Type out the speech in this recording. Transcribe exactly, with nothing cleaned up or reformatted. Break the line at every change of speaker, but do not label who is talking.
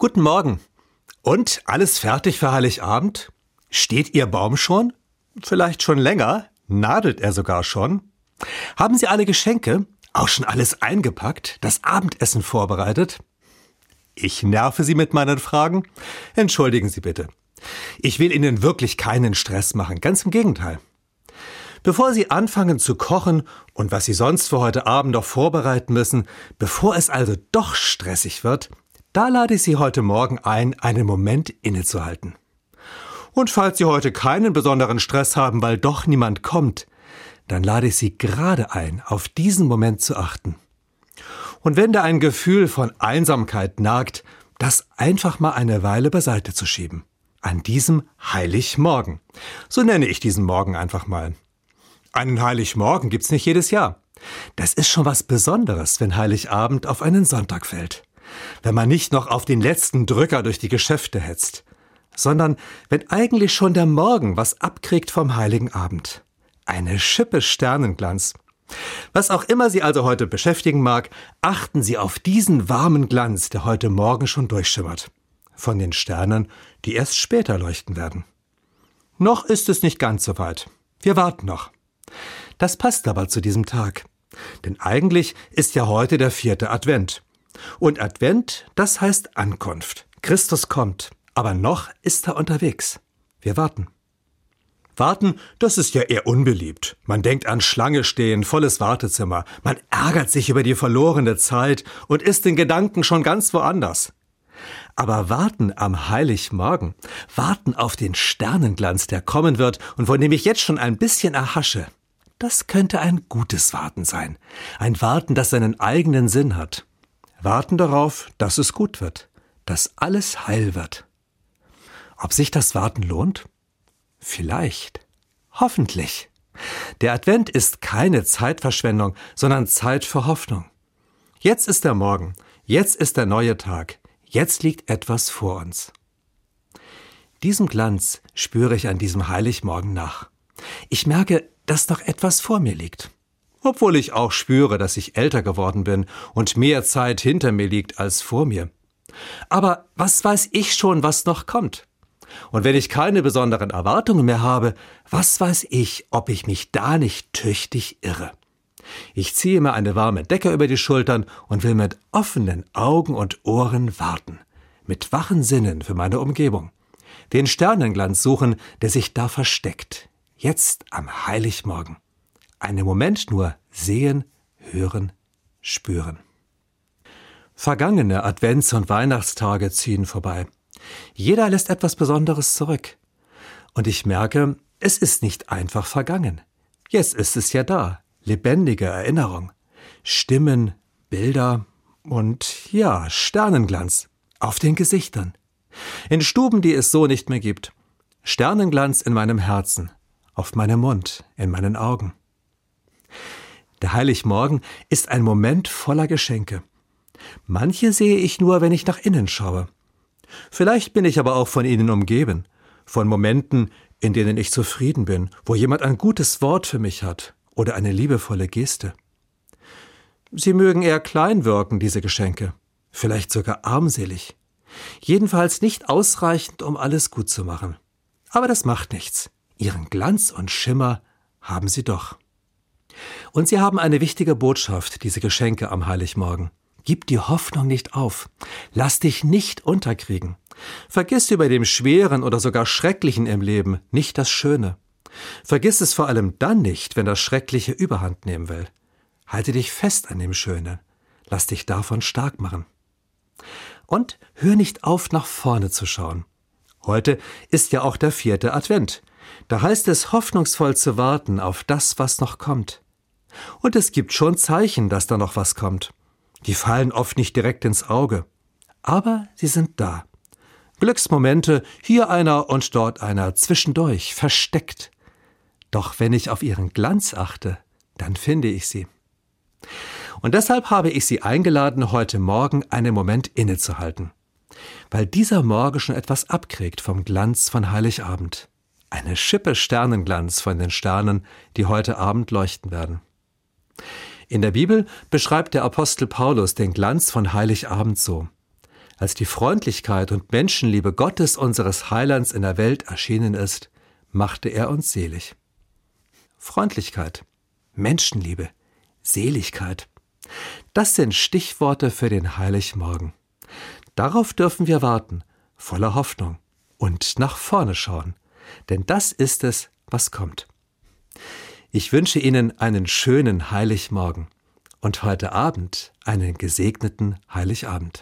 Guten Morgen. Und alles fertig für Heiligabend? Steht Ihr Baum schon? Vielleicht schon länger? Nadelt er sogar schon? Haben Sie alle Geschenke? Auch schon alles eingepackt? Das Abendessen vorbereitet? Ich nerve Sie mit meinen Fragen? Entschuldigen Sie bitte. Ich will Ihnen wirklich keinen Stress machen, ganz im Gegenteil. Bevor Sie anfangen zu kochen und was Sie sonst für heute Abend noch vorbereiten müssen, bevor es also doch stressig wird, da lade ich Sie heute Morgen ein, einen Moment innezuhalten. Und falls Sie heute keinen besonderen Stress haben, weil doch niemand kommt, dann lade ich Sie gerade ein, auf diesen Moment zu achten. Und wenn da ein Gefühl von Einsamkeit nagt, das einfach mal eine Weile beiseite zu schieben. An diesem Heiligmorgen. So nenne ich diesen Morgen einfach mal. Einen Heiligmorgen gibt's nicht jedes Jahr. Das ist schon was Besonderes, wenn Heiligabend auf einen Sonntag fällt. Wenn man nicht noch auf den letzten Drücker durch die Geschäfte hetzt, sondern wenn eigentlich schon der Morgen was abkriegt vom Heiligen Abend. Eine Schippe Sternenglanz. Was auch immer Sie also heute beschäftigen mag, achten Sie auf diesen warmen Glanz, der heute Morgen schon durchschimmert. Von den Sternen, die erst später leuchten werden. Noch ist es nicht ganz so weit. Wir warten noch. Das passt aber zu diesem Tag. Denn eigentlich ist ja heute der vierte Advent. Und Advent, das heißt Ankunft. Christus kommt, aber noch ist er unterwegs. Wir warten. Warten, das ist ja eher unbeliebt. Man denkt an Schlange stehen, volles Wartezimmer. Man ärgert sich über die verlorene Zeit und ist in Gedanken schon ganz woanders. Aber warten am Heiligmorgen, warten auf den Sternenglanz, der kommen wird und von dem ich jetzt schon ein bisschen erhasche, das könnte ein gutes Warten sein. Ein Warten, das seinen eigenen Sinn hat. Warten darauf, dass es gut wird, dass alles heil wird. Ob sich das Warten lohnt? Vielleicht. Hoffentlich. Der Advent ist keine Zeitverschwendung, sondern Zeit für Hoffnung. Jetzt ist der Morgen, jetzt ist der neue Tag, jetzt liegt etwas vor uns. Diesem Glanz spüre ich an diesem Heiligmorgen nach. Ich merke, dass noch etwas vor mir liegt. Obwohl ich auch spüre, dass ich älter geworden bin und mehr Zeit hinter mir liegt als vor mir. Aber was weiß ich schon, was noch kommt? Und wenn ich keine besonderen Erwartungen mehr habe, was weiß ich, ob ich mich da nicht tüchtig irre? Ich ziehe mir eine warme Decke über die Schultern und will mit offenen Augen und Ohren warten, mit wachen Sinnen für meine Umgebung, den Sternenglanz suchen, der sich da versteckt, jetzt am Heiligmorgen. Einen Moment nur sehen, hören, spüren. Vergangene Advents- und Weihnachtstage ziehen vorbei. Jeder lässt etwas Besonderes zurück. Und ich merke, es ist nicht einfach vergangen. Jetzt ist es ja da, lebendige Erinnerung. Stimmen, Bilder und ja, Sternenglanz auf den Gesichtern. In Stuben, die es so nicht mehr gibt. Sternenglanz in meinem Herzen, auf meinem Mund, in meinen Augen. Der Heiligmorgen ist ein Moment voller Geschenke. Manche sehe ich nur, wenn ich nach innen schaue. Vielleicht bin ich aber auch von ihnen umgeben, von Momenten, in denen ich zufrieden bin, wo jemand ein gutes Wort für mich hat oder eine liebevolle Geste. Sie mögen eher klein wirken, diese Geschenke, vielleicht sogar armselig. Jedenfalls nicht ausreichend, um alles gut zu machen. Aber das macht nichts. Ihren Glanz und Schimmer haben sie doch. Und sie haben eine wichtige Botschaft, diese Geschenke am Heiligmorgen. Gib die Hoffnung nicht auf. Lass dich nicht unterkriegen. Vergiss über dem Schweren oder sogar Schrecklichen im Leben nicht das Schöne. Vergiss es vor allem dann nicht, wenn das Schreckliche Überhand nehmen will. Halte dich fest an dem Schönen. Lass dich davon stark machen. Und hör nicht auf, nach vorne zu schauen. Heute ist ja auch der vierte Advent. Da heißt es, hoffnungsvoll zu warten auf das, was noch kommt. Und es gibt schon Zeichen, dass da noch was kommt. Die fallen oft nicht direkt ins Auge. Aber sie sind da. Glücksmomente, hier einer und dort einer, zwischendurch, versteckt. Doch wenn ich auf ihren Glanz achte, dann finde ich sie. Und deshalb habe ich Sie eingeladen, heute Morgen einen Moment innezuhalten. Weil dieser Morgen schon etwas abkriegt vom Glanz von Heiligabend. Eine Schippe Sternenglanz von den Sternen, die heute Abend leuchten werden. In der Bibel beschreibt der Apostel Paulus den Glanz von Heiligabend so: Als die Freundlichkeit und Menschenliebe Gottes, unseres Heilands, in der Welt erschienen ist, machte er uns selig. Freundlichkeit, Menschenliebe, Seligkeit. Das sind Stichworte für den Heiligmorgen. Darauf dürfen wir warten, voller Hoffnung und nach vorne schauen, denn das ist es, was kommt. Ich wünsche Ihnen einen schönen Heiligmorgen und heute Abend einen gesegneten Heiligabend.